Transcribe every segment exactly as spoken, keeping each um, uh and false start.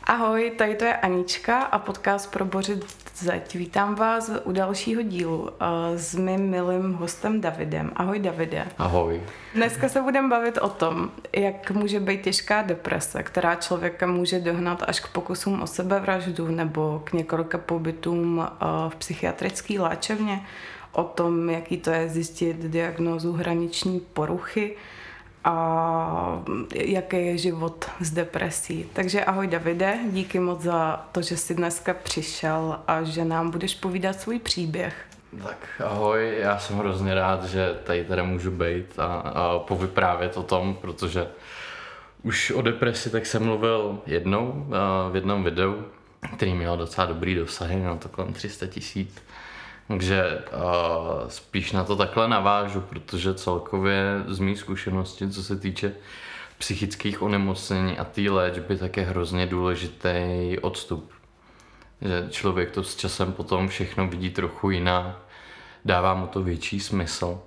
Ahoj, tady to je Anička a podcast pro Bořit zeď. Vítám vás u dalšího dílu s mým milým hostem Davidem. Ahoj Davide. Ahoj. Dneska se budeme bavit o tom, jak může být těžká deprese, která člověka může dohnat až k pokusům o sebevraždu nebo k několika pobytům v psychiatrické léčebně, o tom, jaký to je zjistit diagnózu hraniční poruchy a jaký je život s depresí. Takže ahoj Davide, díky moc za to, že jsi dneska přišel a že nám budeš povídat svůj příběh. Tak ahoj, já jsem hrozně rád, že tady tady můžu být a, a povyprávět o tom, protože už o depresi tak jsem mluvil jednou v jednom videu, který měl docela dobrý dosahy, měl to kolem tři sta tisíc. Takže uh, spíš na to takhle navážu, protože celkově z mých zkušeností, co se týče psychických onemocnění a té léčby, tak je hrozně důležitý odstup. Že člověk to s časem potom všechno vidí trochu jinak, dává mu to větší smysl.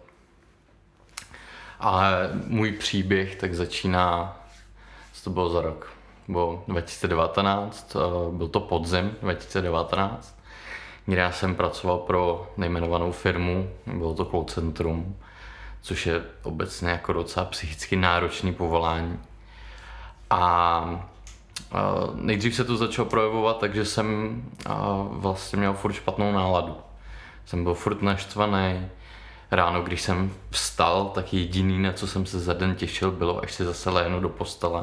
Ale můj příběh tak začíná, co to bylo za rok? Bylo dva tisíce devatenáct, uh, byl to podzim dva tisíce devatenáct. Kdy já jsem pracoval pro nejmenovanou firmu, bylo to call centrum, což je obecně jako docela psychicky náročný povolání. A, a nejdřív se to začalo projevovat, takže jsem a, vlastně měl furt špatnou náladu. Jsem byl furt naštvaný. Ráno, když jsem vstal, tak jediný, na co jsem se za den těšil, bylo, až si zase lehnu do postele.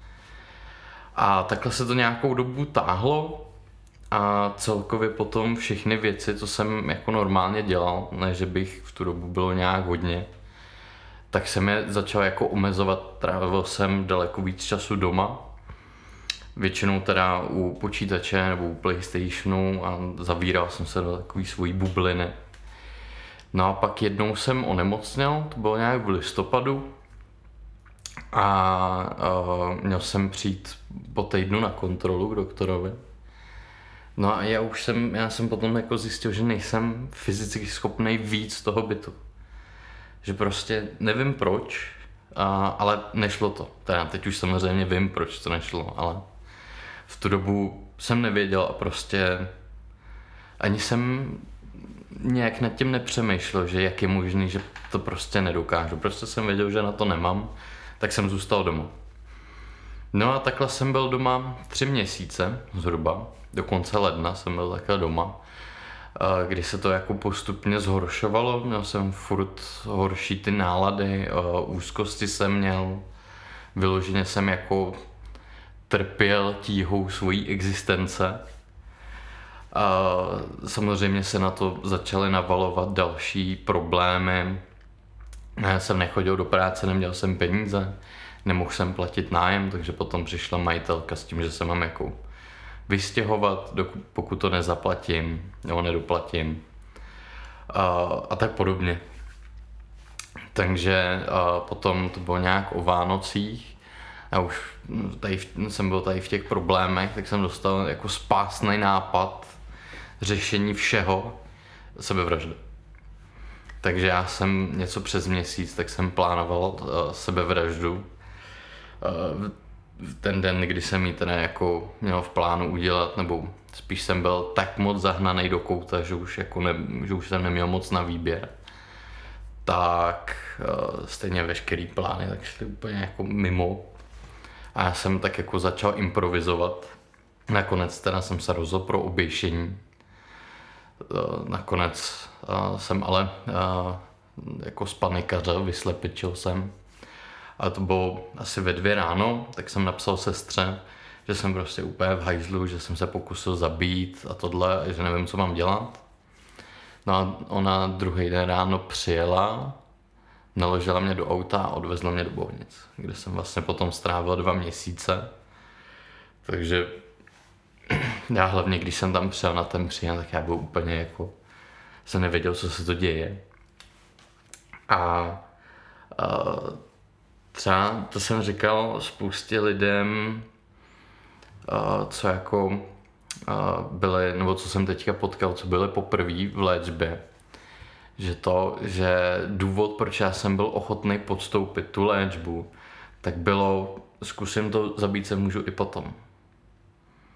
A takhle se to nějakou dobu táhlo. A celkově potom všechny věci, co jsem jako normálně dělal, ne že bych v tu dobu bylo nějak hodně, tak jsem je začal jako omezovat, trávil jsem daleko víc času doma, většinou teda u počítače nebo u PlayStationu a zavíral jsem se do takový svojí bubliny. No a pak jednou jsem onemocněl, to bylo nějak v listopadu a, a měl jsem přijít po týdnu na kontrolu k doktorovi. No a já už jsem, já jsem potom jako zjistil, že nejsem fyzicky schopný víc z toho bytu. Že prostě nevím proč, a, ale nešlo to. Teda teď už samozřejmě vím, proč to nešlo, ale v tu dobu jsem nevěděl a prostě ani jsem nějak nad tím nepřemýšlel, že jak je možný, že to prostě nedokážu. Prostě jsem věděl, že na to nemám, tak jsem zůstal doma. No a takhle jsem byl doma tři měsíce zhruba. Do konce ledna jsem byl takhle doma, kdy se to jako postupně zhoršovalo, měl jsem furt horší ty nálady, úzkosti jsem měl, vyloženě jsem jako trpěl tíhou svojí existence. A samozřejmě se na to začaly navalovat další problémy, já jsem nechodil do práce, neměl jsem peníze, nemohl jsem platit nájem, takže potom přišla majitelka s tím, že se mám jako vystěhovat, pokud to nezaplatím nebo nedoplatím a, a tak podobně. Takže a potom to bylo nějak o Vánocích a už tady v, jsem byl tady v těch problémech, tak jsem dostal jako spásný nápad řešení všeho sebevraždy. Takže já jsem něco přes měsíc, tak jsem plánoval uh, sebevraždu. Uh, ten den, kdy jsem ji teda jako měl v plánu udělat, nebo spíš jsem byl tak moc zahnaný do kouta, že už, jako ne, že už jsem neměl moc na výběr, tak uh, stejně veškerý plány tak šly úplně jako mimo. A já jsem tak jako začal improvizovat. Nakonec teda jsem se rozhodl pro oběšení. Uh, nakonec uh, jsem ale uh, jako spanikařil, vyslepičil jsem. A to bylo asi ve dvě ráno, tak jsem napsal sestře, že jsem prostě úplně v hajzlu, že jsem se pokusil zabít a tohle, že nevím, co mám dělat. No a ona druhý den ráno přijela, naložila mě do auta a odvezla mě do Bohnic, kde jsem vlastně potom strávil dva měsíce. Takže já hlavně, když jsem tam přijel na ten příjem, tak já byl úplně jako, jsem nevěděl, co se to děje. A, a třeba to jsem říkal spoustě lidem, uh, co jako uh, byli, nebo co jsem teďka potkal, co byli poprvé v léčbě, že to, že důvod, proč já jsem byl ochotný podstoupit tu léčbu, tak bylo, zkusím to, zabít se můžu i potom.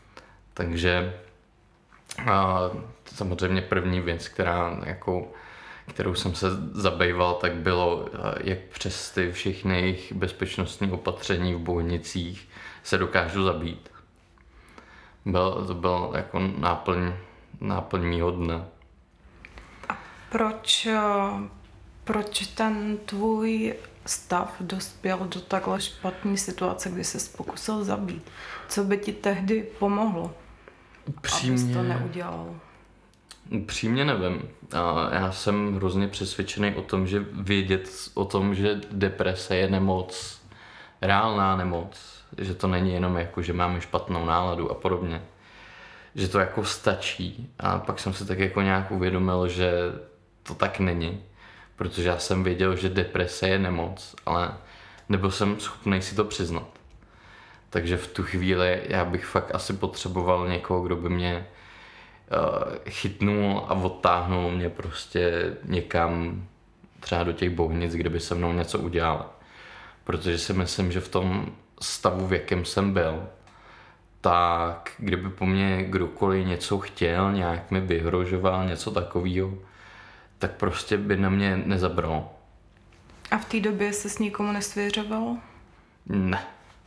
Takže a samozřejmě první věc, která, jako, kterou jsem se zabýval, tak bylo, jak přes ty všechny jejich bezpečnostní opatření v Bohnicích se dokážu zabít. Byl, to byl jako náplň, náplň mýho dne. A proč, proč ten tvůj stav dospěl do takhle špatné situace, kdy se pokusil zabít? Co by ti tehdy pomohlo, Upřímně, abys to neudělal? Upřímně nevím. Já jsem hrozně přesvědčený o tom, že vědět o tom, že deprese je nemoc, reálná nemoc, že to není jenom jako, že máme špatnou náladu a podobně. Že to jako stačí. A pak jsem si tak jako nějak uvědomil, že to tak není. Protože já jsem věděl, že deprese je nemoc, ale nebyl jsem schopný si to přiznat. Takže v tu chvíli já bych fakt asi potřeboval někoho, kdo by mě uh, chytnul a odtáhnul mě prostě někam, třeba do těch Bohnic, kde by se mnou něco udělal. Protože si myslím, že v tom stavu, v jakém jsem byl, tak kdyby po mně kdokoliv něco chtěl, nějak mi vyhrožoval, něco takového, tak prostě by na mě nezabral. A v té době se s nikomu nesvěřoval? Ne.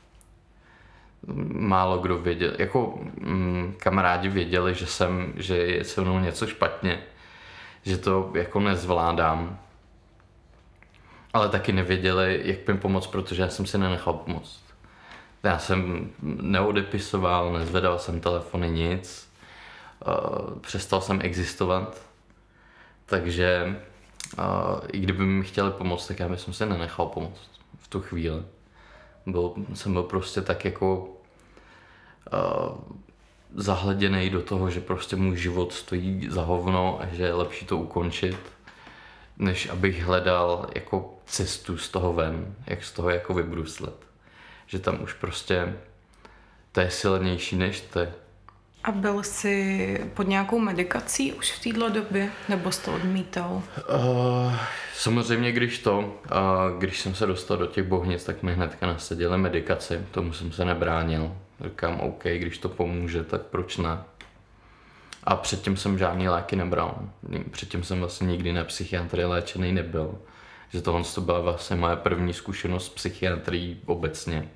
Málo kdo věděl. Jako mm, kamarádi věděli, že jsem, že je se mnou něco špatně, že to jako nezvládám. Ale taky nevěděli, jak mi pomoct, protože já jsem si nenechal pomoct. Já jsem neodepisoval, nezvedal jsem telefony, nic. Uh, přestal jsem existovat. Takže uh, i kdyby mi chtěli pomoct, tak já bych si nenechal pomoct v tu chvíli. Byl, jsem byl prostě tak jako uh, zahleděnej do toho, že prostě můj život stojí za hovno a že je lepší to ukončit, než abych hledal jako cestu z toho ven, jak z toho jako vybruslet. Že tam už prostě to je silnější než ty. A byl jsi pod nějakou medikací už v této době, nebo jsi to odmítal? Uh, samozřejmě, když to, uh, když jsem se dostal do těch Bohnic, tak mi hnedka nasadili medikaci, tomu jsem se nebránil. Říkám, OK, když to pomůže, tak proč ne? A předtím jsem žádný léky nebral. Předtím jsem vlastně nikdy na psychiatrii léčený nebyl. Že tohle to byla vlastně moje první zkušenost s psychiatrií obecně.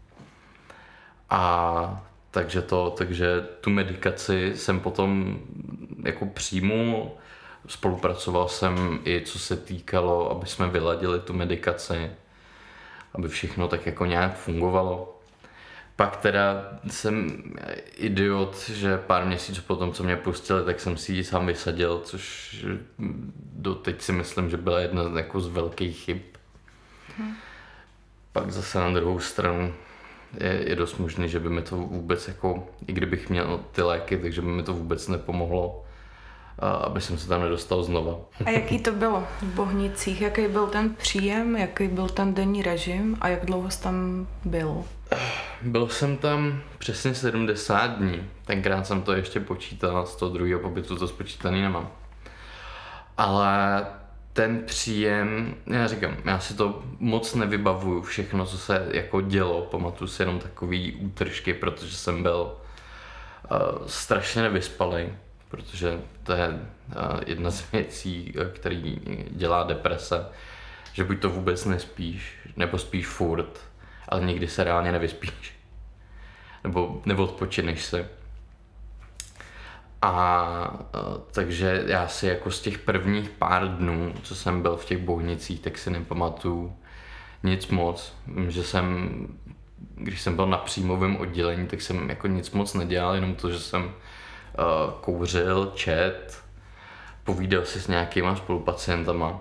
A takže to, takže tu medikaci jsem potom jako přijmul, spolupracoval jsem i co se týkalo, aby jsme vyladili tu medikaci, aby všechno tak jako nějak fungovalo. Pak teda jsem idiot, že pár měsíců potom, co mě pustili, tak jsem si ji sám vysadil, což doteď si myslím, že byla jedna jako z velkých chyb. Hmm. Pak zase na druhou stranu je, je dost možný, že by mi to vůbec jako, i kdybych měl ty léky, takže by mi to vůbec nepomohlo, aby jsem se tam nedostal znova. A jaký to bylo v Bohnicích? Jaký byl ten příjem, jaký byl ten denní režim a jak dlouho jsi tam byl? Byl jsem tam přesně sedmdesát dní. Tenkrát jsem to ještě počítal, z toho druhého pobytu to spočítaný nemám. Ale ten příjem, já říkám, já si to moc nevybavuju, všechno, co se jako dělo, pamatuju si jenom takový útržky, protože jsem byl uh, strašně nevyspalý, protože to je uh, jedna z věcí, který dělá deprese, že buď to vůbec nespíš, nebo spíš furt, ale nikdy se reálně nevyspíš. Nebo neodpočineš si. A, a takže já si jako z těch prvních pár dnů, co jsem byl v těch Bohnicích, tak si nepamatuju nic moc. Vím, že jsem, když jsem byl na příjmovém oddělení, tak jsem jako nic moc nedělal, jenom to, že jsem uh, kouřil, čet, povídal si s nějakýma spolupacientama.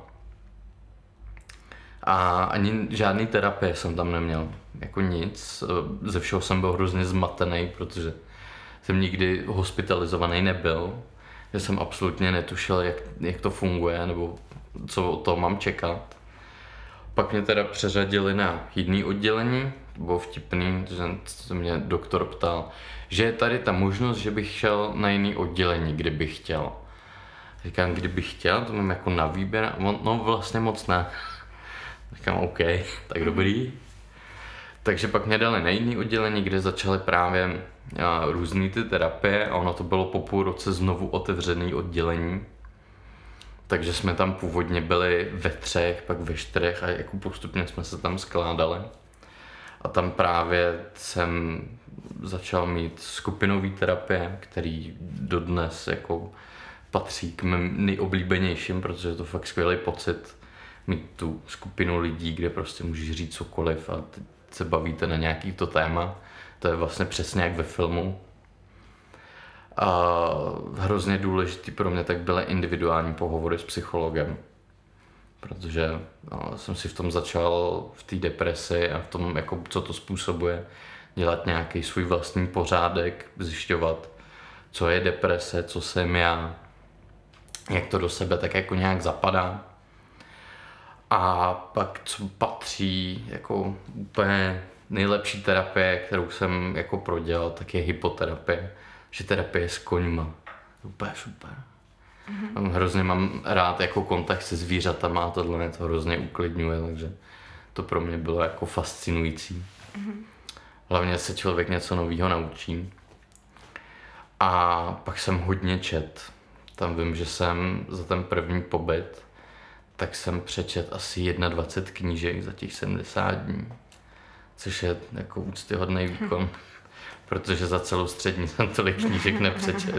A ani žádný terapie jsem tam neměl, jako nic. Ze všeho jsem byl hrozně zmatený, protože jsem nikdy hospitalizovaný nebyl. Já jsem absolutně netušil, jak, jak to funguje, nebo co o to mám čekat. Pak mě teda přeřadili na jiný oddělení, to bylo vtipný, že se mě doktor ptal, že je tady ta možnost, že bych šel na jiný oddělení, kdybych chtěl. Říkám, kdybych chtěl, to mám jako na výběr, no vlastně moc ne. Říkám, OK, tak dobrý. Takže pak mě dali na jiný oddělení, kde začali právě a různý ty terapie a ono to bylo po půl roce znovu otevřený oddělení. Takže jsme tam původně byli ve třech, pak ve čtyřech a jako postupně jsme se tam skládali. A tam právě jsem začal mít skupinový terapie, který dodnes jako patří k mým nejoblíbenějším, protože je to fakt skvělý pocit mít tu skupinu lidí, kde prostě můžeš říct cokoliv a teď se bavíte na nějaký to téma. To je vlastně přesně jak ve filmu. A hrozně důležitý pro mě tak byly individuální pohovory s psychologem. Protože no, jsem si v tom začal v té depresi a v tom, jako, co to způsobuje, dělat nějaký svůj vlastní pořádek, zjišťovat, co je deprese, co jsem já, jak to do sebe tak jako nějak zapadá. A pak, co patří jako úplně nejlepší terapie, kterou jsem jako prodělal, tak je hypoterapie, že terapie s koňma. Úplně super. Mm-hmm. Hrozně mám rád jako kontakt se zvířatama a tohle mě to hrozně uklidňuje, takže to pro mě bylo jako fascinující. Mm-hmm. Hlavně se člověk něco nového naučí. A pak jsem hodně čet. Tam vím, že jsem za ten první pobyt, tak jsem přečet asi dvacet jedna knížek za těch sedmdesát dní. Což je jako úctyhodný výkon, protože za celou střední jsem tolik knížek nepřečet.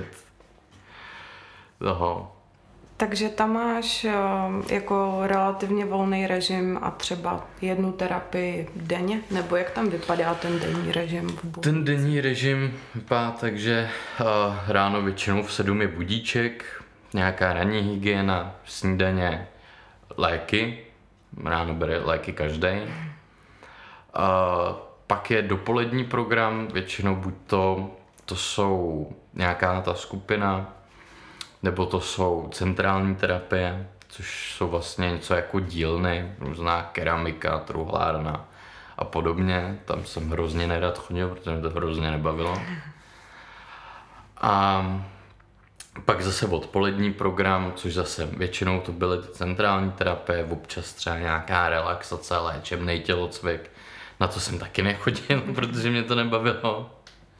Toho. Takže tam máš jako relativně volný režim a třeba jednu terapii denně? Nebo jak tam vypadá ten denní režim? V ten denní režim vypadá tak, že ráno většinou v sedm je budíček, nějaká ranní hygiena, snídaně, léky. Ráno bere léky každý. Pak je dopolední program, většinou buď to, to jsou nějaká ta skupina, nebo to jsou centrální terapie, což jsou vlastně něco jako dílny, různá keramika, truhlárna a podobně. Tam jsem hrozně nerad chodil, protože mě to hrozně nebavilo. A pak zase odpolední program, což zase většinou to byly ty centrální terapie, občas třeba nějaká relaxace, léčebný tělocvik. Na to jsem taky nechodil, protože mě to nebavilo.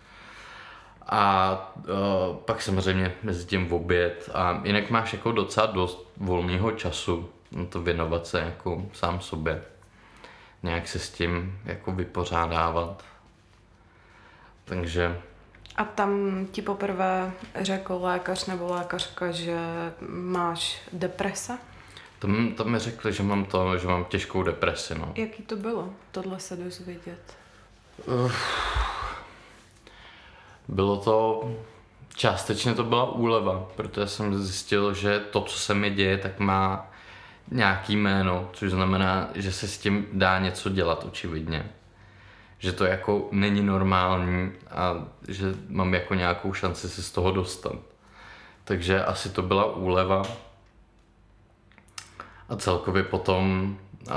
A uh, pak samozřejmě mezi tím v oběd a jinak máš jako docela dost volného času na to věnovat se jako sám sobě. Nějak se s tím jako vypořádávat. Takže... A tam ti poprvé řekl lékař nebo lékařka, že máš deprese? Tam, tam mi řekli, že mám to, že mám těžkou depresi, no. Jaký to bylo, tohle se dozvědět? Uh, bylo to, částečně to byla úleva, protože jsem zjistil, že to, co se mi děje, tak má nějaký jméno, což znamená, že se s tím dá něco dělat, očividně. Že to jako není normální a že mám jako nějakou šanci se z toho dostat. Takže asi to byla úleva. A celkově potom a,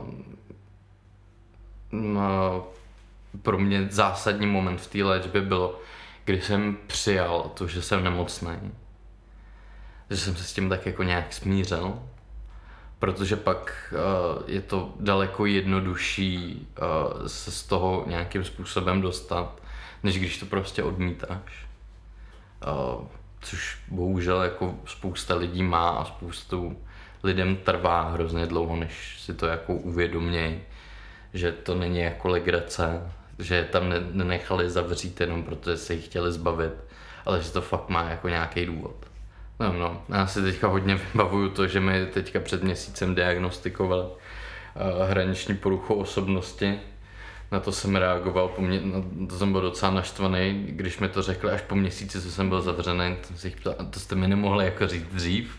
a, pro mě zásadní moment v té léčbě bylo, když jsem přijal to, že jsem nemocný. Že jsem se s tím tak jako nějak smířil. Protože pak uh, je to daleko jednodušší uh, se z toho nějakým způsobem dostat, než když to prostě odmítáš. Uh, což bohužel jako spousta lidí má a spoustu lidem trvá hrozně dlouho, než si to jako uvědomějí, že to není jako legrace, že je tam nenechali zavřít jenom protože se jich chtěli zbavit, ale že to fakt má jako nějaký důvod. No, no, já si teďka hodně vybavuju to, že mi teďka před měsícem diagnostikovali uh, hraniční poruchu osobnosti. Na to jsem reagoval, po mě, na to jsem byl docela naštvaný, když mi to řekli až po měsíci, co jsem byl zavřený, to, si ptal, to jste mi nemohli jako říct dřív.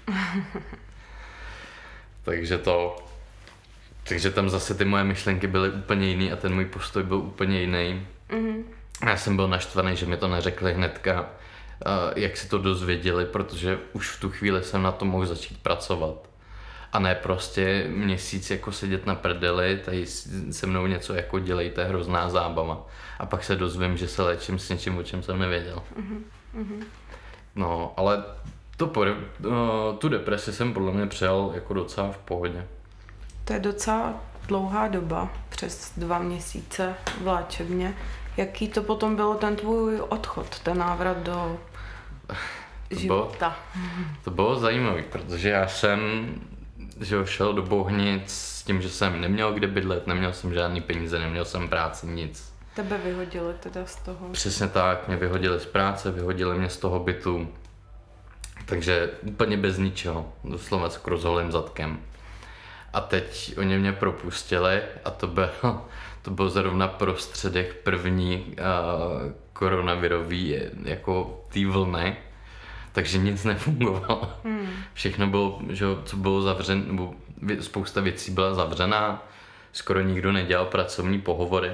takže to, takže tam zase ty moje myšlenky byly úplně jiný a ten můj postoj byl úplně jiný. Mm-hmm. Já jsem byl naštvaný, že mi to neřekli hnedka, jak si to dozvěděli, protože už v tu chvíli jsem na to mohl začít pracovat. A ne prostě měsíc jako sedět na prdeli, tady se mnou něco jako dělejte, hrozná zábava. A pak se dozvím, že se léčím s něčím, o čem jsem nevěděl. Mm-hmm. No, ale to, tu depresi jsem podle mě přijal jako docela v pohodě. To je docela dlouhá doba, přes dva měsíce v léčebně. Jaký to potom bylo ten tvůj odchod, ten návrat do to života? Bylo, to bylo zajímavé, protože já jsem že šel do Bohnic s tím, že jsem neměl kde bydlet, neměl jsem žádný peníze, neměl jsem práci, nic. Tebe vyhodili teda z toho? Přesně tak, mě vyhodili z práce, vyhodili mě z toho bytu. Takže úplně bez ničeho, doslova s rozholým zadkem. A teď oni mě propustili a to bylo, to bylo zrovna prostředek první uh, koronavirový jako té vlny, takže nic nefungovalo. Hmm. Všechno bylo, že, co bylo zavřené, nebo spousta věcí byla zavřená, skoro nikdo nedělal pracovní pohovory.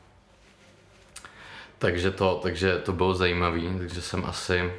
Takže to, takže to bylo zajímavé, takže jsem asi,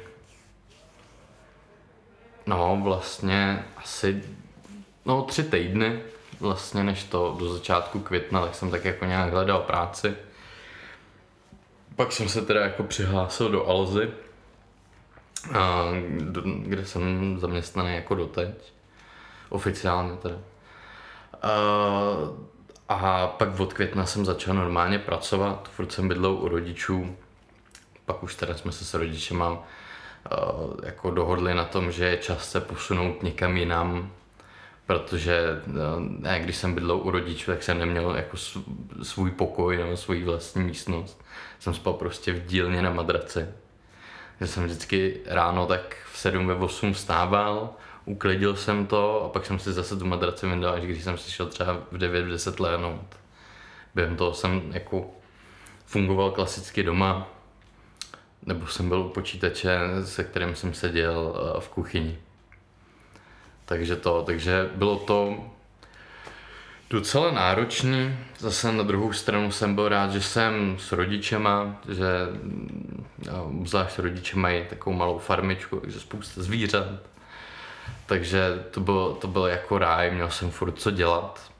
no vlastně asi, no tři týdny vlastně než to do začátku května, tak jsem tak jako nějak hledal práci. Pak jsem se teda jako přihlásil do Alzy, a, do, kde jsem zaměstnaný jako doteď, oficiálně teda. A, a pak od května jsem začal normálně pracovat, furt jsem bydlel u rodičů, pak už teda jsme se s rodičema uh, jako dohodli na tom, že je čas se posunout někam jinam, protože uh, ne, když jsem bydlel u rodičů, tak jsem neměl jako svůj pokoj nebo svůj vlastní místnost. Jsem spal prostě v dílně na madraci. Že jsem vždycky ráno tak v sedm ve osm vstával, uklidil jsem to a pak jsem si zase tu madraci vyndal, až když jsem si šel třeba v devět, v deset léhnout. Během toho jsem jako fungoval klasicky doma, nebo jsem byl u počítače, se kterým jsem seděl v kuchyni. Takže to, takže bylo to docela náročný. Zase na druhou stranu jsem byl rád, že jsem s rodičema, že obzvlášť rodiče mají takovou malou farmičku, takže spousta zvířat. Takže to bylo, to bylo jako ráj, měl jsem furt co dělat.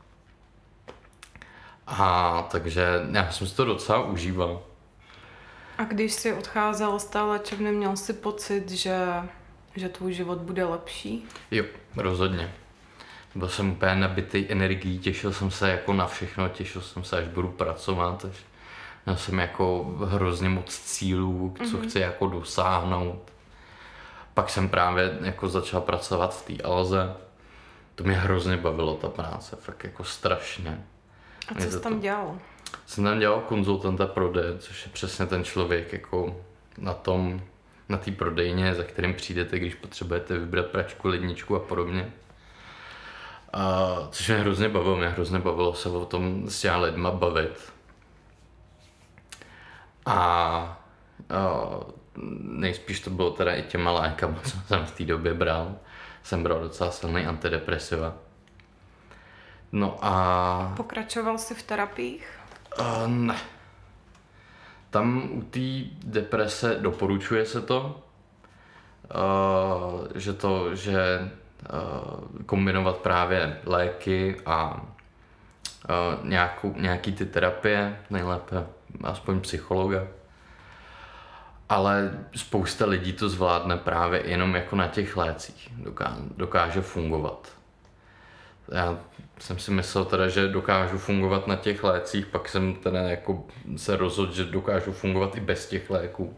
A takže já jsem si to docela užíval. A když jsi odcházel z té léčebny, měl jsi pocit, že, že tvůj život bude lepší? Jo, rozhodně. Byl jsem úplně nabitý energií, těšil jsem se jako na všechno, těšil jsem se, až budu pracovat. Až měl jsem jako hrozně moc cílů, co mm-hmm. chci jako dosáhnout. Pak jsem právě jako začal pracovat v té Alze. To mě hrozně bavilo, ta práce, fakt jako strašně. A co jsi tam dělal? Jsem tam dělal konzultanta prodeje, což je přesně ten člověk jako na tom, na té prodejně, za kterým přijdete, když potřebujete vybrat pračku, ledničku a podobně. A, což mě hrozně bavilo, mě hrozně bavilo se o tom s těma lidma bavit. A, a nejspíš to bylo teda i těma lékama, co jsem v té době bral. Jsem bral docela silný antidepresiva. No a... Pokračoval jsi v terapiích? Uh, ne. Tam u té deprese doporučuje se to, uh, že to, že uh, kombinovat právě léky a uh, nějakou, nějaký ty terapie, nejlépe aspoň psychologa. Ale spousta lidí to zvládne právě jenom jako na těch lécích, dokáže, dokáže fungovat. Já jsem si myslel teda, že dokážu fungovat na těch lécích, pak jsem teda jako se rozhodl, že dokážu fungovat i bez těch léků.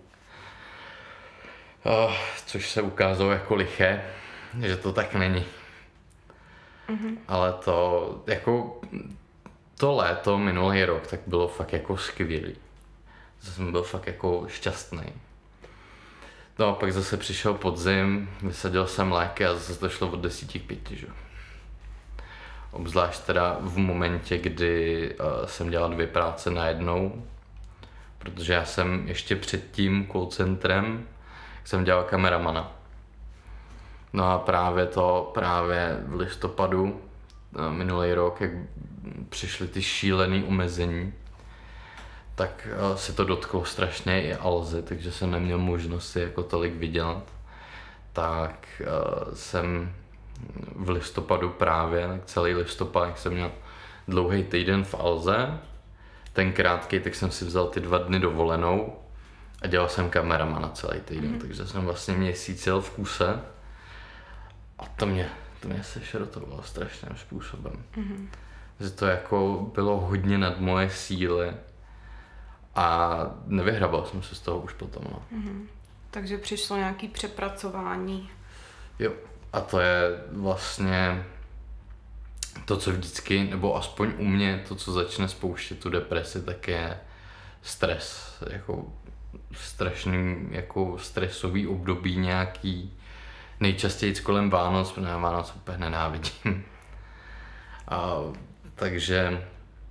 Oh, což se ukázalo jako liché, že to tak není. Mm-hmm. Ale to jako to léto, minulý rok, tak bylo fakt jako skvělý. Jsem byl fakt jako šťastný. No a pak zase přišel podzim, vysadil jsem léky a zase to šlo od desíti k pěti, že? Obzvlášť teda v momentě, kdy uh, jsem dělal dvě práce najednou, protože já jsem ještě před tím call centrem jsem dělal kameramana. No a právě to, právě v listopadu uh, minulý rok, jak přišly ty šílený omezení, tak uh, se to dotklo strašně i Alzy, takže jsem neměl možnost si jako tolik vydělat. Tak uh, jsem v listopadu právě, tak celý listopad jsem měl dlouhý týden v Alze. Ten krátký, tak jsem si vzal ty dva dny dovolenou a dělal jsem kameramana celý týden, mm. takže jsem vlastně měsíc jel v kuse a to mě, to mě sešrotovalo strašným způsobem. Mm. Že to jako bylo hodně nad moje síly a nevyhrabal jsem se z toho už potom. No. Mm-hmm. Takže přišlo nějaké přepracování. Jo, a to je vlastně to, co vždycky, nebo aspoň u mě, to, co začne spouštět tu depresi, tak je stres, jako strašný, jako stresový období nějaký, nejčastěji kolem Vánoc, protože já Vánoc úplně nenávidím. A, takže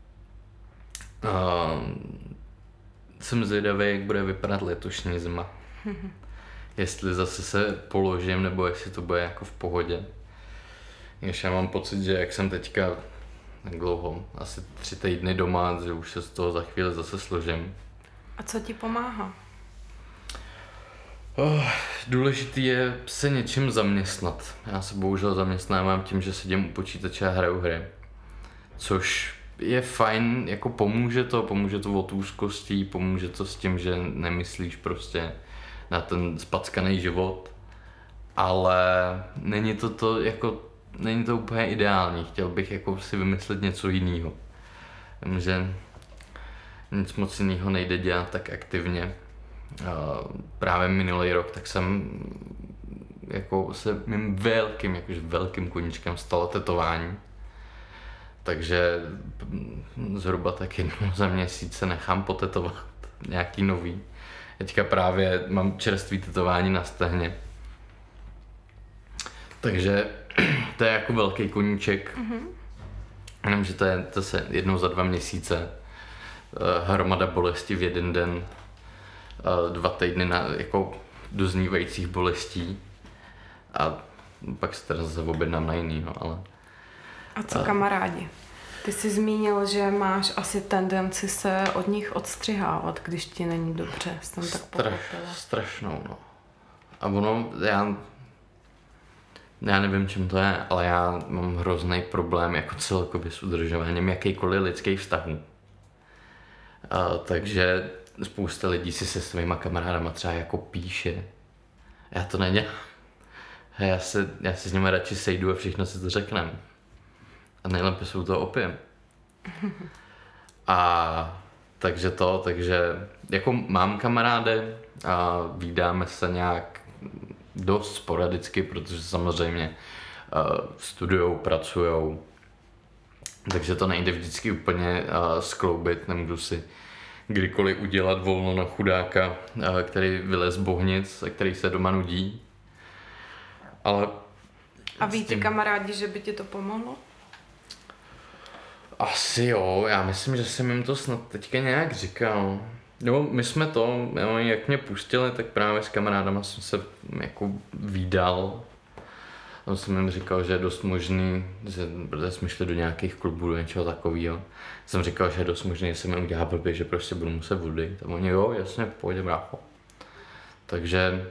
a, jsem zvědavý, jak bude vypadat letošní zima. Jestli zase se položím, nebo jestli to bude jako v pohodě. Když já mám pocit, že jak jsem teďka tak dlouho, asi tři týdny doma, že už se z toho za chvíli zase složím. A co ti pomáhá? Oh, důležitý je se něčím zaměstnat. Já se bohužel zaměstnávám tím, že sedím u počítače a hraju hry. Což je fajn, jako pomůže to, pomůže to od úzkostí, pomůže to s tím, že nemyslíš prostě na ten spackaný život. Ale není to to jako, není to úplně ideální. Chtěl bych jako si vymyslet něco jiného. Vím, že nic moc jiného nejde dělat tak aktivně. Právě minulý rok tak jsem jako se mým velkým, jakože velkým koníčkem stalo tetování. Takže zhruba tak jednou za měsíc se nechám potetovat nějaký nový. Teďka právě mám čerstvý tetování na stehně. Takže to je jako velký koníček. Mm-hmm. Jenom, že to je zase jednou za dva měsíce. Hromada bolesti v jeden den. Dva týdny na jako doznívajících bolestí. A pak se teda zase objednám na jinýho, ale... A co a... kamarádi? Ty jsi zmínil, že máš asi tendenci se od nich odstřihávat, když ti není dobře, jsem tak pochopila. Straš, strašnou, no. A ono, já... Já nevím, čím to je, ale já mám hrozný problém jako celkově s udržováním jakýkoliv lidských vztahů. A, takže spousta lidí si se svýma kamarádama třeba jako píše. Já to nedělám. Já se, já se s nimi radši sejdu a všechno si to řekneme. A nejlépe jsou to opět. A takže to, takže jako mám kamarády a vídáme se nějak dost sporadicky, protože samozřejmě uh, studujou, pracujou, takže to nejde vždycky úplně uh, skloubit, nemůžu si kdykoliv udělat volno na chudáka, uh, který vylez z bohnic a který se doma nudí. Ale a ví ty kamarádi, že by ti to pomohlo? Asi jo, já myslím, že jsem jim to snad teďka nějak říkal. No, my jsme to, jak mě pustili, tak právě s kamarádama jsem se jako vídal. Tam jsem jim říkal, že je dost možný, že, protože jsme šli do nějakých klubů, do něčeho takového. Jsem říkal, že je dost možný, že se mi udělá blbě, že prostě budu muset vody. Tam oni, jo, jasně, pojď, brácho. Takže,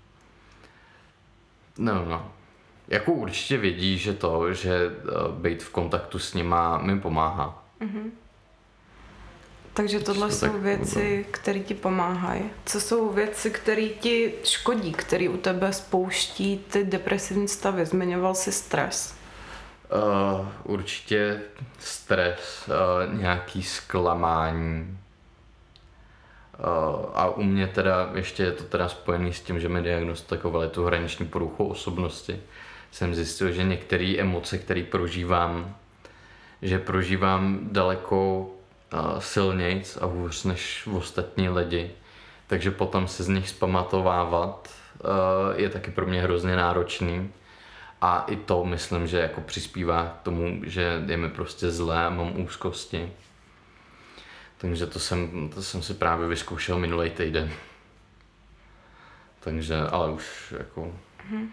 no, no. Jako určitě vědí, že to, že být v kontaktu s nima mi pomáhá. Mm-hmm. Takže tohle jsou tak věci, které ti pomáhají. Co jsou věci, které ti škodí, které u tebe spouští ty depresivní stavy? Zmiňoval jsi stres. Uh, určitě stres, uh, nějaký zklamání. Uh, a u mě teda, ještě je to teda spojený s tím, že mi diagnostikovali tu hraniční poruchu osobnosti. Jsem zjistil, že některé emoce, které prožívám, že prožívám daleko uh, silnějc a hůř než ostatní lidi. Takže potom se z nich zpamatovávat uh, je taky pro mě hrozně náročný. A i to myslím, že jako přispívá k tomu, že je mi prostě zlé a mám úzkosti. Takže to jsem, to jsem si právě vyzkoušel minulý týden. Takže, ale už jako... Mm.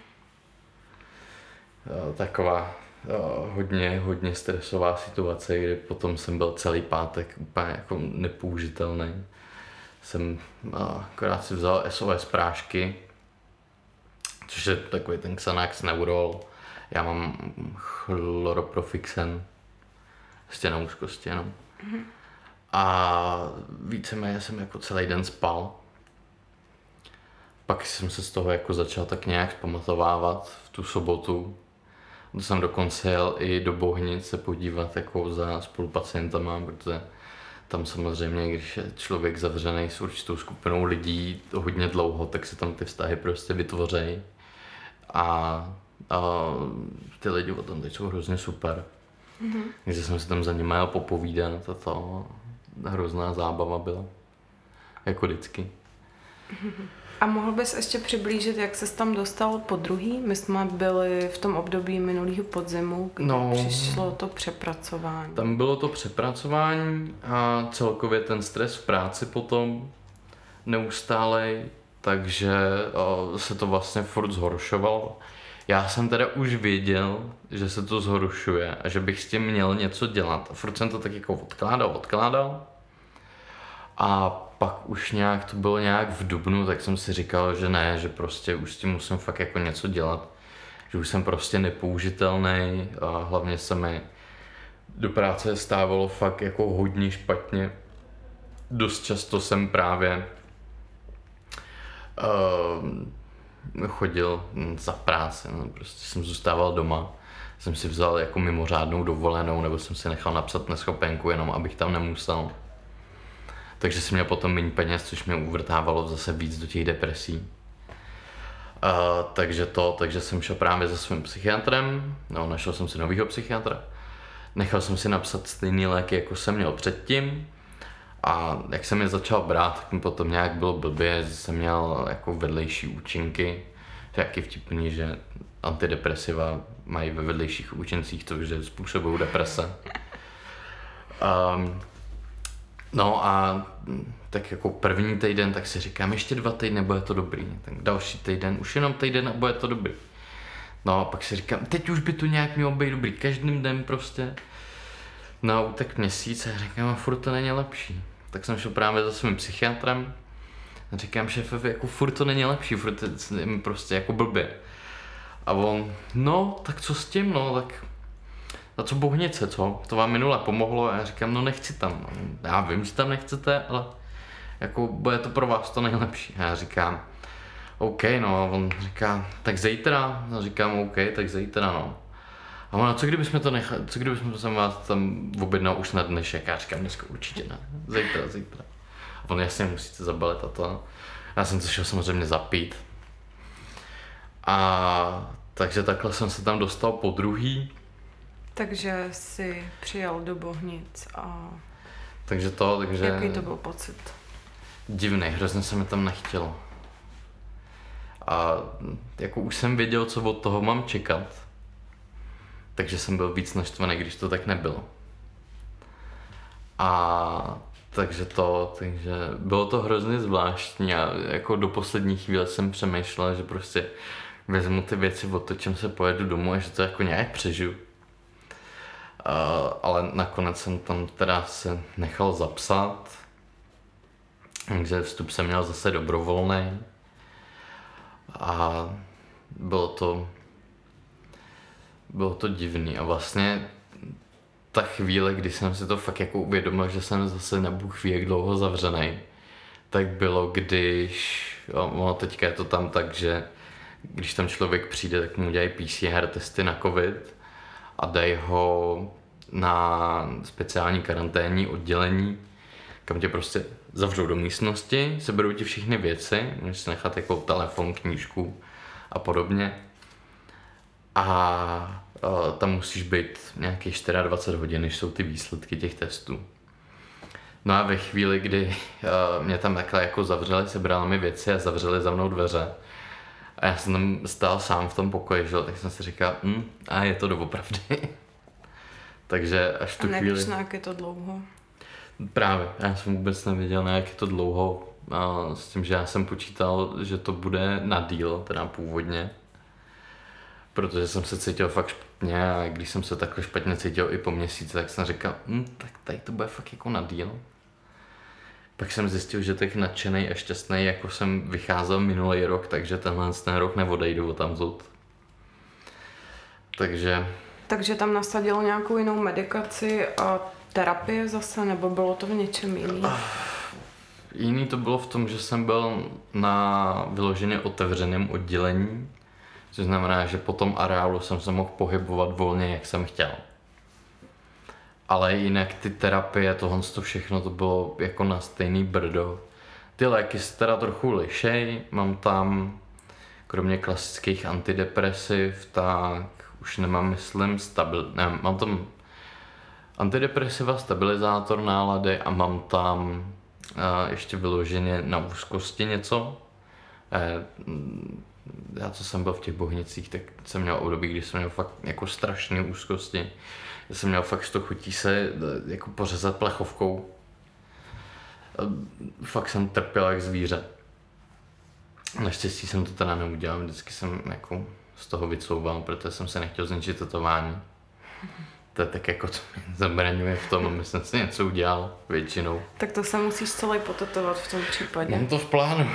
Taková hodně, hodně stresová situace, kdy potom jsem byl celý pátek úplně jako nepoužitelný. Jsem akorát si vzal S O S prášky, což je takový ten Xanax Neurol. Já mám chloroprofixen, prostě na úzkosti jenom. Mm-hmm. A víceméně jsem jako celý den spal. Pak jsem se z toho jako začal tak nějak zpamatovávat v tu sobotu. To jsem dokonce jel i do Bohnic se podívat jako za spolupacientama, protože tam samozřejmě, když je člověk zavřený s určitou skupinou lidí hodně dlouho, tak se tam ty vztahy prostě vytvořejí. A, a ty lidi o tom teď jsou hrozně super. Mm-hmm. Takže jsem si tam za nimi jel popovídat a to hrozná zábava byla. Jako vždycky. A mohl bys ještě přiblížit, jak ses tam dostal po druhý? My jsme byli v tom období minulého podzimu, kdy no, přišlo to přepracování. Tam bylo to přepracování a celkově ten stres v práci potom neustálej, takže uh, se to vlastně furt zhoršovalo. Já jsem teda už věděl, že se to zhoršuje a že bych s tím měl něco dělat. A furt jsem to tak jako odkládal, odkládal. A pak už nějak, to bylo nějak v dubnu, tak jsem si říkal, že ne, že prostě už s tím musím fakt jako něco dělat. Že už jsem prostě nepoužitelný a hlavně se mi do práce stávalo fakt jako hodně špatně. Dost často jsem právě uh, chodil za práci, no, prostě jsem zůstával doma. Jsem si vzal jako mimořádnou dovolenou, nebo jsem si nechal napsat neschopenku, jenom abych tam nemusel. Takže jsem měl potom méně peněz, což mě uvrtávalo zase víc do těch depresí. Uh, takže to, takže jsem šel právě za svým psychiatrem, no, našel jsem si novýho psychiatra. Nechal jsem si napsat stejný léky, jako jsem měl předtím. A jak jsem je začal brát, tak mi potom nějak bylo blbě, že jsem měl jako vedlejší účinky. Jak je vtipný, že antidepresiva mají ve vedlejších účincích to, že způsobují deprese. Um, No a tak jako první týden, tak si říkám, ještě dva týdny bude to dobrý. Tak další týden, už jenom týden a bude to dobrý. No a pak si říkám, teď už by to nějak mělo být dobrý, každým dnem prostě. No tak měsíc a říkám, a furt to není lepší. Tak jsem šel právě za svým psychiatrem a říkám šéfovi, jako furt to není lepší, furt je mi prostě jako blbě. A on, no tak co s tím, no tak... A co Bohnice, co? To vám minule pomohlo a já říkám, no nechci tam. Já vím, že tam nechcete, ale jako bude to pro vás to nejlepší. A já říkám, OK, no. A on říká, tak zítra? A říkám, OK, tak zítra, no. A on, co kdybychom to nechali, co kdybychom to sem vás tam objednal už na dnešek? A já říkám, dneska určitě ne, zítra, zítra. A on, jasně, musíte zabalit a to. Já jsem to šel samozřejmě zapít. A takže takhle jsem se tam dostal po druhý. Takže jsi přijel do Bohnic a... Takže to, takže... Jaký to byl pocit? Divný, hrozně se mi tam nechtělo. A jako už jsem věděl, co od toho mám čekat. Takže jsem byl víc naštvaný, když to tak nebylo. A takže to, takže bylo to hrozně zvláštní a jako do poslední chvíle jsem přemýšlel, že prostě vezmu ty věci, otočím se, pojedu domů a že to jako nějak přežiju. Uh, ale nakonec jsem tam teda se nechal zapsat, takže vstup jsem měl zase dobrovolný a bylo to, bylo to divný a vlastně ta chvíle, kdy jsem si to fakt jako uvědomil, že jsem zase nebůh ví jak dlouho zavřený, tak bylo, když, ono teďka je to tam tak, že když tam člověk přijde, tak mu dělají P C R testy na covid a dají ho na speciální karanténní oddělení, kam tě prostě zavřou do místnosti, seberou ti všechny věci, můžeš si nechat jako telefon, knížku a a, a tam musíš být nějakých dvacet čtyři hodin, než jsou ty výsledky těch testů. No a ve chvíli, kdy a, mě tam takhle jako zavřeli, sebrali mi věci a zavřeli za mnou dveře a já jsem tam stál sám v tom pokoji, že? Tak jsem si říkal, hm, a je to doopravdy. Takže až tu chvíli... A nevíš, chvíli... na jak je to dlouho? Právě, já jsem vůbec nevěděl, na jak je to dlouho. A s tím, že já jsem počítal, že to bude na díl, teda původně. Protože jsem se cítil fakt špatně a když jsem se takhle špatně cítil i po měsíci, tak jsem říkal, hm, tak tady to bude fakt jako na díl. Pak jsem zjistil, že tak nadšenej a šťastnej, jako jsem vycházel minulý rok, takže tenhle ten rok neodejdu odtamtud. Takže... Takže tam nasadilo nějakou jinou medikaci a terapie zase, nebo bylo to v něčem jiným? Jiný to bylo v tom, že jsem byl na vyloženě otevřeném oddělení, což znamená, že po tom areálu jsem se mohl pohybovat volně, jak jsem chtěl. Ale jinak ty terapie, tohle to všechno, to bylo jako na stejný brdo. Ty léky se teda trochu lišej, mám tam kromě klasických antidepresiv, tak už nemám, myslím, stabil... Ne, mám tam antidepresiva, stabilizátor nálady a mám tam uh, ještě vyloženě na úzkosti něco. Eh, já co jsem byl v těch Bohnicích, tak jsem měl období, kdy jsem měl fakt jako strašné úzkosti. Já jsem měl fakt z toho chutí se jako pořezat plechovkou. Fakt jsem trpěl jak zvíře. Naštěstí jsem to teda neudělal, vždycky jsem jako z toho vycouval, protože jsem se nechtěl zničit tetování. To je tak jako to mě zabraňuje v tom, aby jsem si něco udělal většinou. Tak to se musíš celý potetovat v tom případě. Mám to v plánu.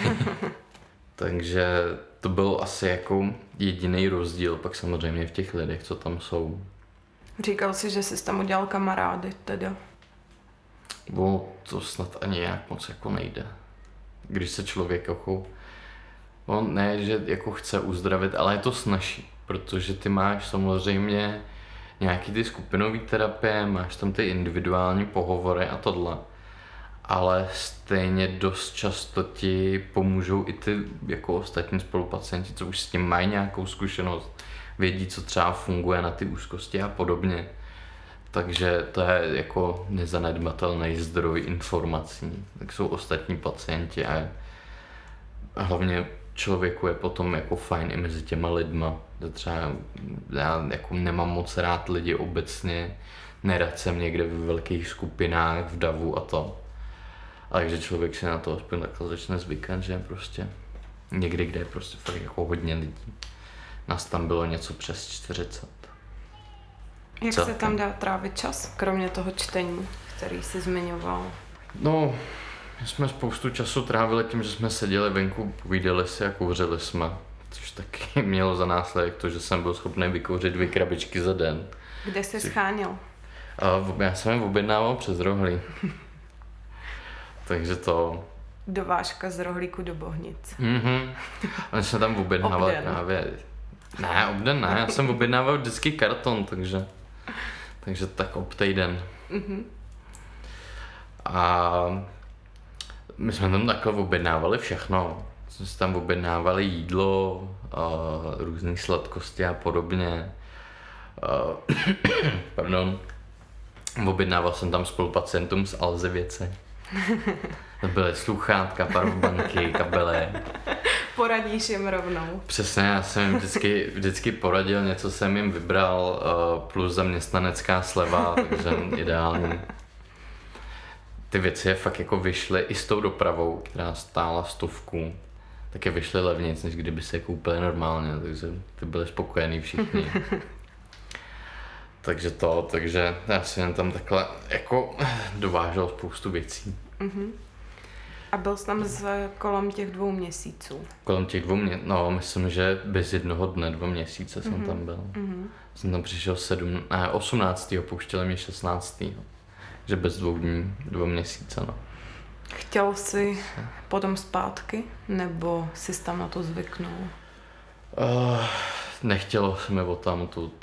Takže to byl asi jako jediný rozdíl, pak samozřejmě v těch lidech, co tam jsou. Říkal jsi, že jsi tam udělal kamarády teda. Bo to snad ani nějak moc jako nejde. Když se člověk jako, on ne, že jako chce uzdravit, ale je to snazší, protože ty máš samozřejmě nějaký ty skupinové terapie, máš tam ty individuální pohovory a tohle. Ale stejně dost často ti pomůžou i ty jako ostatní spolupacienti, co už s tím mají nějakou zkušenost, vědí, co třeba funguje na ty úzkosti a podobně. Takže to je jako nezanedbatelný zdroj informací. Tak jsou ostatní pacienti a hlavně člověku je potom jako fajn i mezi těma lidma. Třeba já jako nemám moc rád lidi obecně, nerad jsem někde ve velkých skupinách, v davu a to. Ale když člověk si na to aspoň takhle začne zvykat, že prostě někdy, kde je prostě fakt jako hodně lidí. Nás tam bylo něco přes čtyřicet. Jak Co? se tam dá trávit čas, kromě toho čtení, který jsi zmiňoval? No, my jsme spoustu času trávili tím, že jsme seděli venku, povídali si a kouřili jsme. Což taky mělo za následek to, že jsem byl schopný vykouřit dvě krabičky za den. Kde jsi scháněl? A já jsem je objednával přes rohlí. Takže to... Dovážka z Rohlíku do Bohnic. Mhm. Oni jsme tam objednávali právě... Ne, obden ne, já jsem objednával vždycky karton, takže... Takže tak obtejden. Mhm. A... My jsme tam takhle objednávali všechno. Jsme si tam objednávali jídlo, různé sladkosti a podobně. Pardon. Objednával jsem tam spolupacientům z Alze věci. To byly sluchátka, powerbanky, kabely. Poradíš jim rovnou. Přesně, já jsem jim vždycky, vždycky poradil, něco jsem jim vybral, plus zaměstnanecká sleva, takže ideální. Ty věci je fakt jako vyšly i s tou dopravou, která stála stovku, tak je vyšly levnějc, než kdyby se koupili normálně, takže ty byli spokojení všichni. Takže to, takže já jsem jen tam takhle jako dovážel spoustu věcí. Uh-huh. A byl jsi tam z kolem těch dvou měsíců? Kolem těch dvou měsíců, no myslím, že bez jednoho dne, dva měsíce jsem uh-huh. tam byl. Uh-huh. Jsem tam přišel sedm, ne, osmnáctého pouštěli mě šestnáctého Že bez dvou dní, dva měsíce, no. Chtěl jsi potom zpátky, nebo jsi tam na to zvyknul? Uh, nechtělo se mi odtamtud.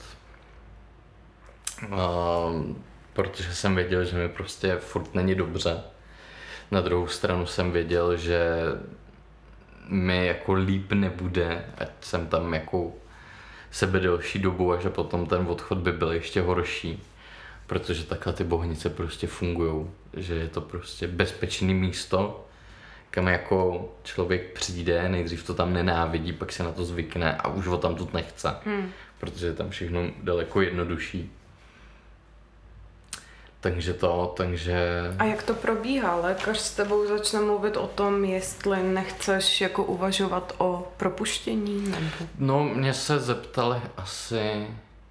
Uh, protože jsem věděl, že mi prostě furt není dobře. Na druhou stranu jsem věděl, že mi jako líp nebude, ať jsem tam jako sebe delší dobu a že potom ten odchod by byl ještě horší. Protože takhle ty Bohnice prostě fungujou, že je to prostě bezpečné místo, kam jako člověk přijde, nejdřív to tam nenávidí, pak se na to zvykne a už ho tam tut nechce, hmm. protože je tam všechno daleko jednodušší. Takže to, takže... A jak to probíhá? Lékař s tebou začne mluvit o tom, jestli nechceš jako uvažovat o propuštění, nebo... No, mě se zeptali asi...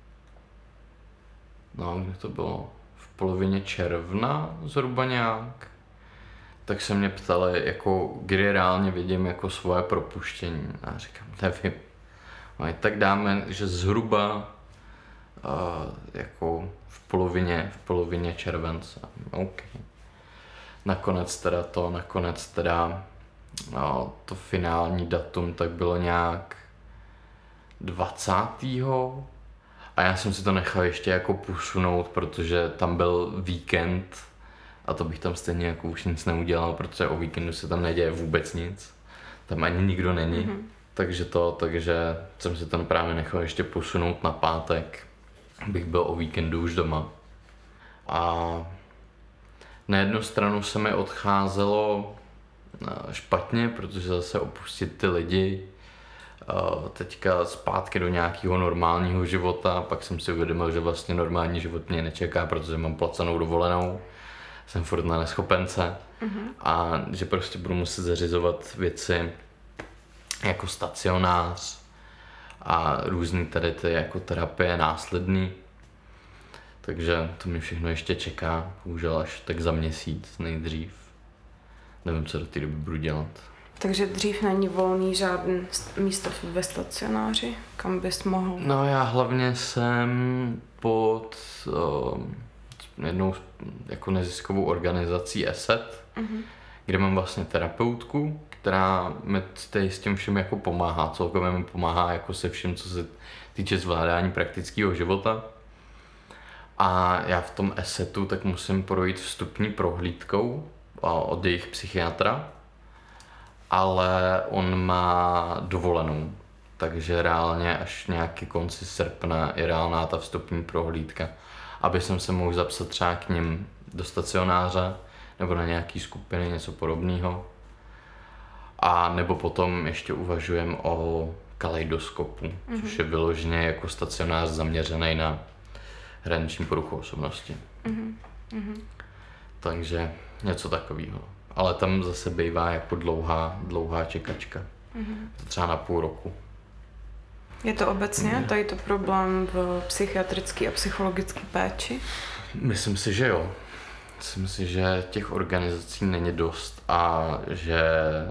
No, kdy to bylo? V polovině června zhruba nějak. Tak se mě ptali, jako, kdy reálně vidím jako svoje propuštění. A já říkám, nevím. No i tak dáme, že zhruba uh, jako v polovině, v polovině července. OK. Nakonec teda to, nakonec teda no, to finální datum tak bylo nějak dvacátého A já jsem si to nechal ještě jako posunout, protože tam byl víkend a to bych tam stejně jako už nic neudělal, protože o víkendu se tam neděje vůbec nic. Tam ani nikdo není. Mm-hmm. Takže to, takže jsem si to právě nechal ještě posunout na pátek, abych byl o víkendu už doma. A na jednu stranu se mi odcházelo špatně, protože zase opustit ty lidi, teďka zpátky do nějakého normálního života, pak jsem si uvědomil, že vlastně normální život mě nečeká, protože mám placenou dovolenou, jsem furt na neschopence mm-hmm. a že prostě budu muset zařizovat věci jako stacionář a různý tady ty jako terapie následný. Takže to mi všechno ještě čeká, bohužel až tak za měsíc nejdřív. Nevím, co do té doby budu dělat. Takže dřív není volný žádný místo ve stacionáři, kam bys mohl? No já hlavně jsem pod uh, jednou jako neziskovou organizací E S E T, uh-huh. kde mám vlastně terapeutku, která mi s tím všem jako pomáhá, celkově mi pomáhá jako se vším, co se týče zvládání praktického života. A já v tom E S E T u tak musím projít vstupní prohlídkou od jejich psychiatra, ale on má dovolenou, takže reálně až nějaký konci srpna je reálná ta vstupní prohlídka, aby jsem se mohl zapsat třeba k nim do stacionáře nebo na nějaký skupiny, něco podobného. A nebo potom ještě uvažujem o kaleidoskopu, mm-hmm. což je vyloženě jako stacionář zaměřený na hraniční poruchu osobnosti. Mm-hmm. Takže něco takového. Ale tam zase bývá jako dlouhá, dlouhá čekačka. Mm-hmm. Třeba na půl roku. Je to obecně tady to problém v psychiatrické a psychologické péči? Myslím si, že jo. Myslím si, že těch organizací není dost a že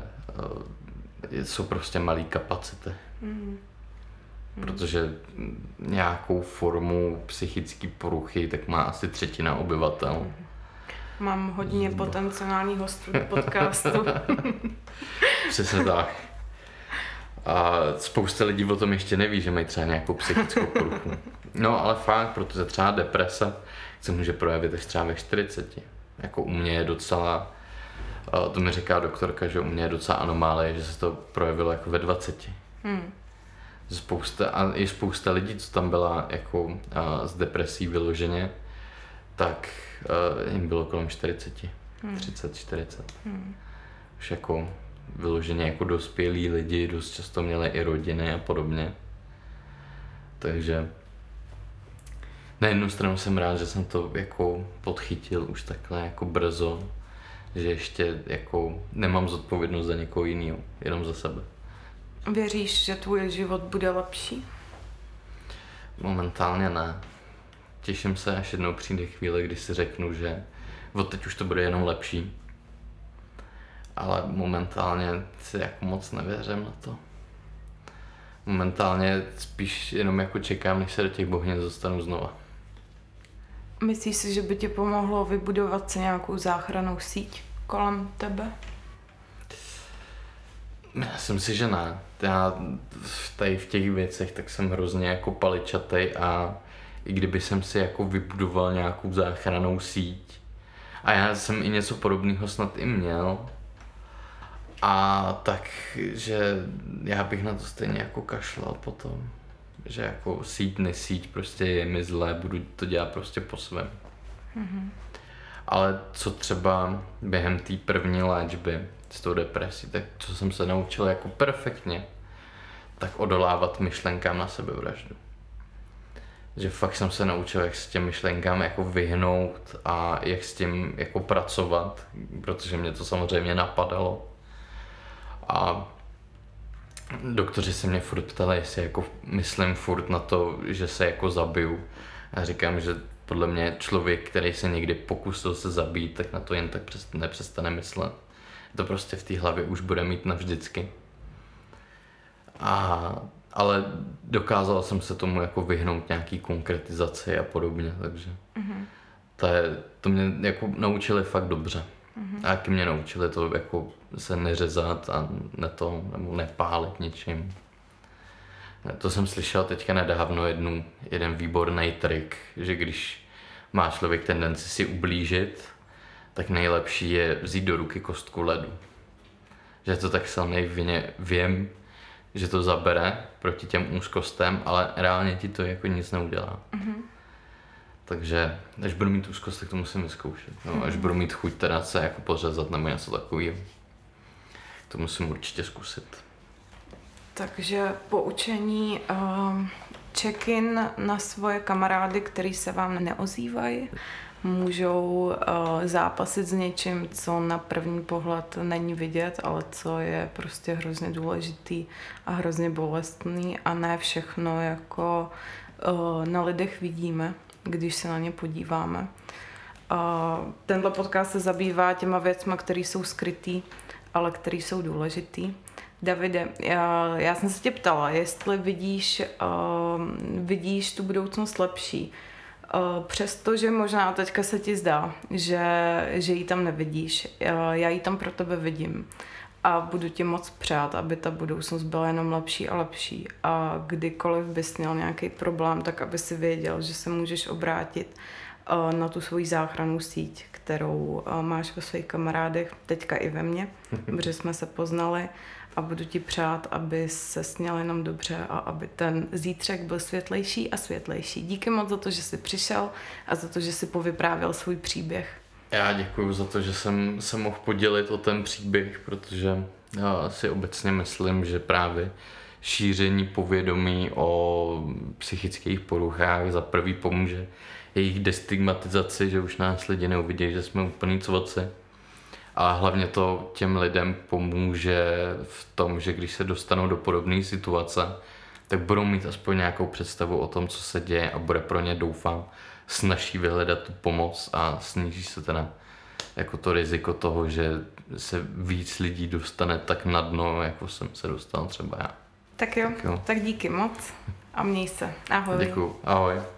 jsou prostě malé kapacity. Mm. Protože nějakou formu psychické poruchy tak má asi třetina obyvatel. Mm. Mám hodně potenciálních hostů do podcastu. Přesně tak. A spousta lidí o tom ještě neví, že mají třeba nějakou psychickou poruchu. No ale fakt, protože třeba deprese se může projevit až třeba ve čtyřiceti. Jako u mě je docela, to mi říká doktorka, že u mě je docela anomálie, že se to projevilo jako ve dvaceti. Hmm. Spousta, a i spousta lidí, co tam byla jako a, s depresí vyloženě, tak a, jim bylo kolem čtyřiceti, hmm. třicet čtyřicet. Hmm. Už jako vyloženě jako dospělí lidi, dost často měli i rodiny a podobně. Takže na jednu stranu jsem rád, že jsem to jako podchytil už takhle jako brzo, že ještě jako nemám zodpovědnost za někoho jiného, jenom za sebe. Věříš, že tvůj život bude lepší? Momentálně ne. Těším se, až jednou přijde chvíle, kdy si řeknu, že od teď už to bude jenom lepší. Ale momentálně si jako moc nevěřím na to. Momentálně spíš jenom jako čekám, než se do těch bohnic dostanu znova. Myslíš si, že by ti pomohlo vybudovat se nějakou záchrannou síť kolem tebe? Myslím si, že ne. Já tady v těch věcech tak jsem hrozně jako paličatej a i kdyby jsem si jako vybudoval nějakou záchrannou síť a já jsem i něco podobného snad i měl, a tak, že já bych na to stejně jako kašlal potom. Že jako síť, nesíť, prostě je mi zlé, budu to dělat prostě po svém. Mm-hmm. Ale co třeba během té první léčby s tou depresí, tak co jsem se naučil jako perfektně, tak odolávat myšlenkám na sebevraždu. Že fakt jsem se naučil, jak s těm myšlenkám jako vyhnout a jak s tím jako pracovat, protože mě to samozřejmě napadalo. A doktoři se mě furt ptali, jestli jako myslím furt na to, že se jako zabiju. A říkám, že podle mě člověk, který se někdy pokusil se zabít, tak na to jen tak nepřestane myslet. To prostě v té hlavě už bude mít navždycky. A, ale dokázal jsem se tomu jako vyhnout nějaký konkretizaci a podobně, takže mm-hmm. to, je, to mě jako naučili fakt dobře. Mm-hmm. A jak mě naučili to jako se neřezat a ne to, nebo nepálit něčím. To jsem slyšel teďka nedávno jednu, jeden výborný trik, že když má člověk tendenci si ublížit, tak nejlepší je vzít do ruky kostku ledu. Že je to tak silný vině, vím, že to zabere proti těm úzkostem, ale reálně ti to jako nic neudělá. Mm-hmm. Takže až budu mít úzkost, tak to musím vyzkoušet. No, mm-hmm. Až budu mít chuť teda se jako pořezat nebo něco takového, to musím určitě zkusit. Takže poučení, uh, check-in na svoje kamarády, který se vám neozývají. Můžou uh, zápasit s něčím, co na první pohled není vidět, ale co je prostě hrozně důležitý a hrozně bolestný a ne všechno jako uh, na lidech vidíme, když se na ně podíváme. Uh, tenhle podcast se zabývá těma věcma, které jsou skrytý, ale které jsou důležitý. Davide, já, já jsem se tě ptala, jestli vidíš, uh, vidíš tu budoucnost lepší. Uh, přestože možná teďka se ti zdá, že, že ji tam nevidíš, uh, já ji tam pro tebe vidím a budu ti moc přát, aby ta budoucnost byla jenom lepší a lepší a kdykoliv bys měl nějaký problém, tak aby si věděl, že se můžeš obrátit uh, na tu svoji záchrannou síť, kterou uh, máš ve svých kamarádech, teďka i ve mně, protože jsme se poznali. A budu ti přát, aby se sněl jenom dobře a aby ten zítřek byl světlejší a světlejší. Díky moc za to, že jsi přišel a za to, že jsi povyprávěl svůj příběh. Já děkuji za to, že jsem se mohl podělit o ten příběh, protože já si obecně myslím, že právě šíření povědomí o psychických poruchách za prvý pomůže jejich destigmatizaci, že už nás lidi neuvidějí, že jsme úplný cvoci. A hlavně to těm lidem pomůže v tom, že když se dostanou do podobné situace, tak budou mít aspoň nějakou představu o tom, co se děje a bude pro ně, doufám, snazší vyhledat tu pomoc a sníží se teda jako to riziko toho, že se víc lidí dostane tak na dno, jako jsem se dostal třeba já. Tak jo, tak, jo. tak díky moc a měj se. Ahoj. Děkuju, ahoj.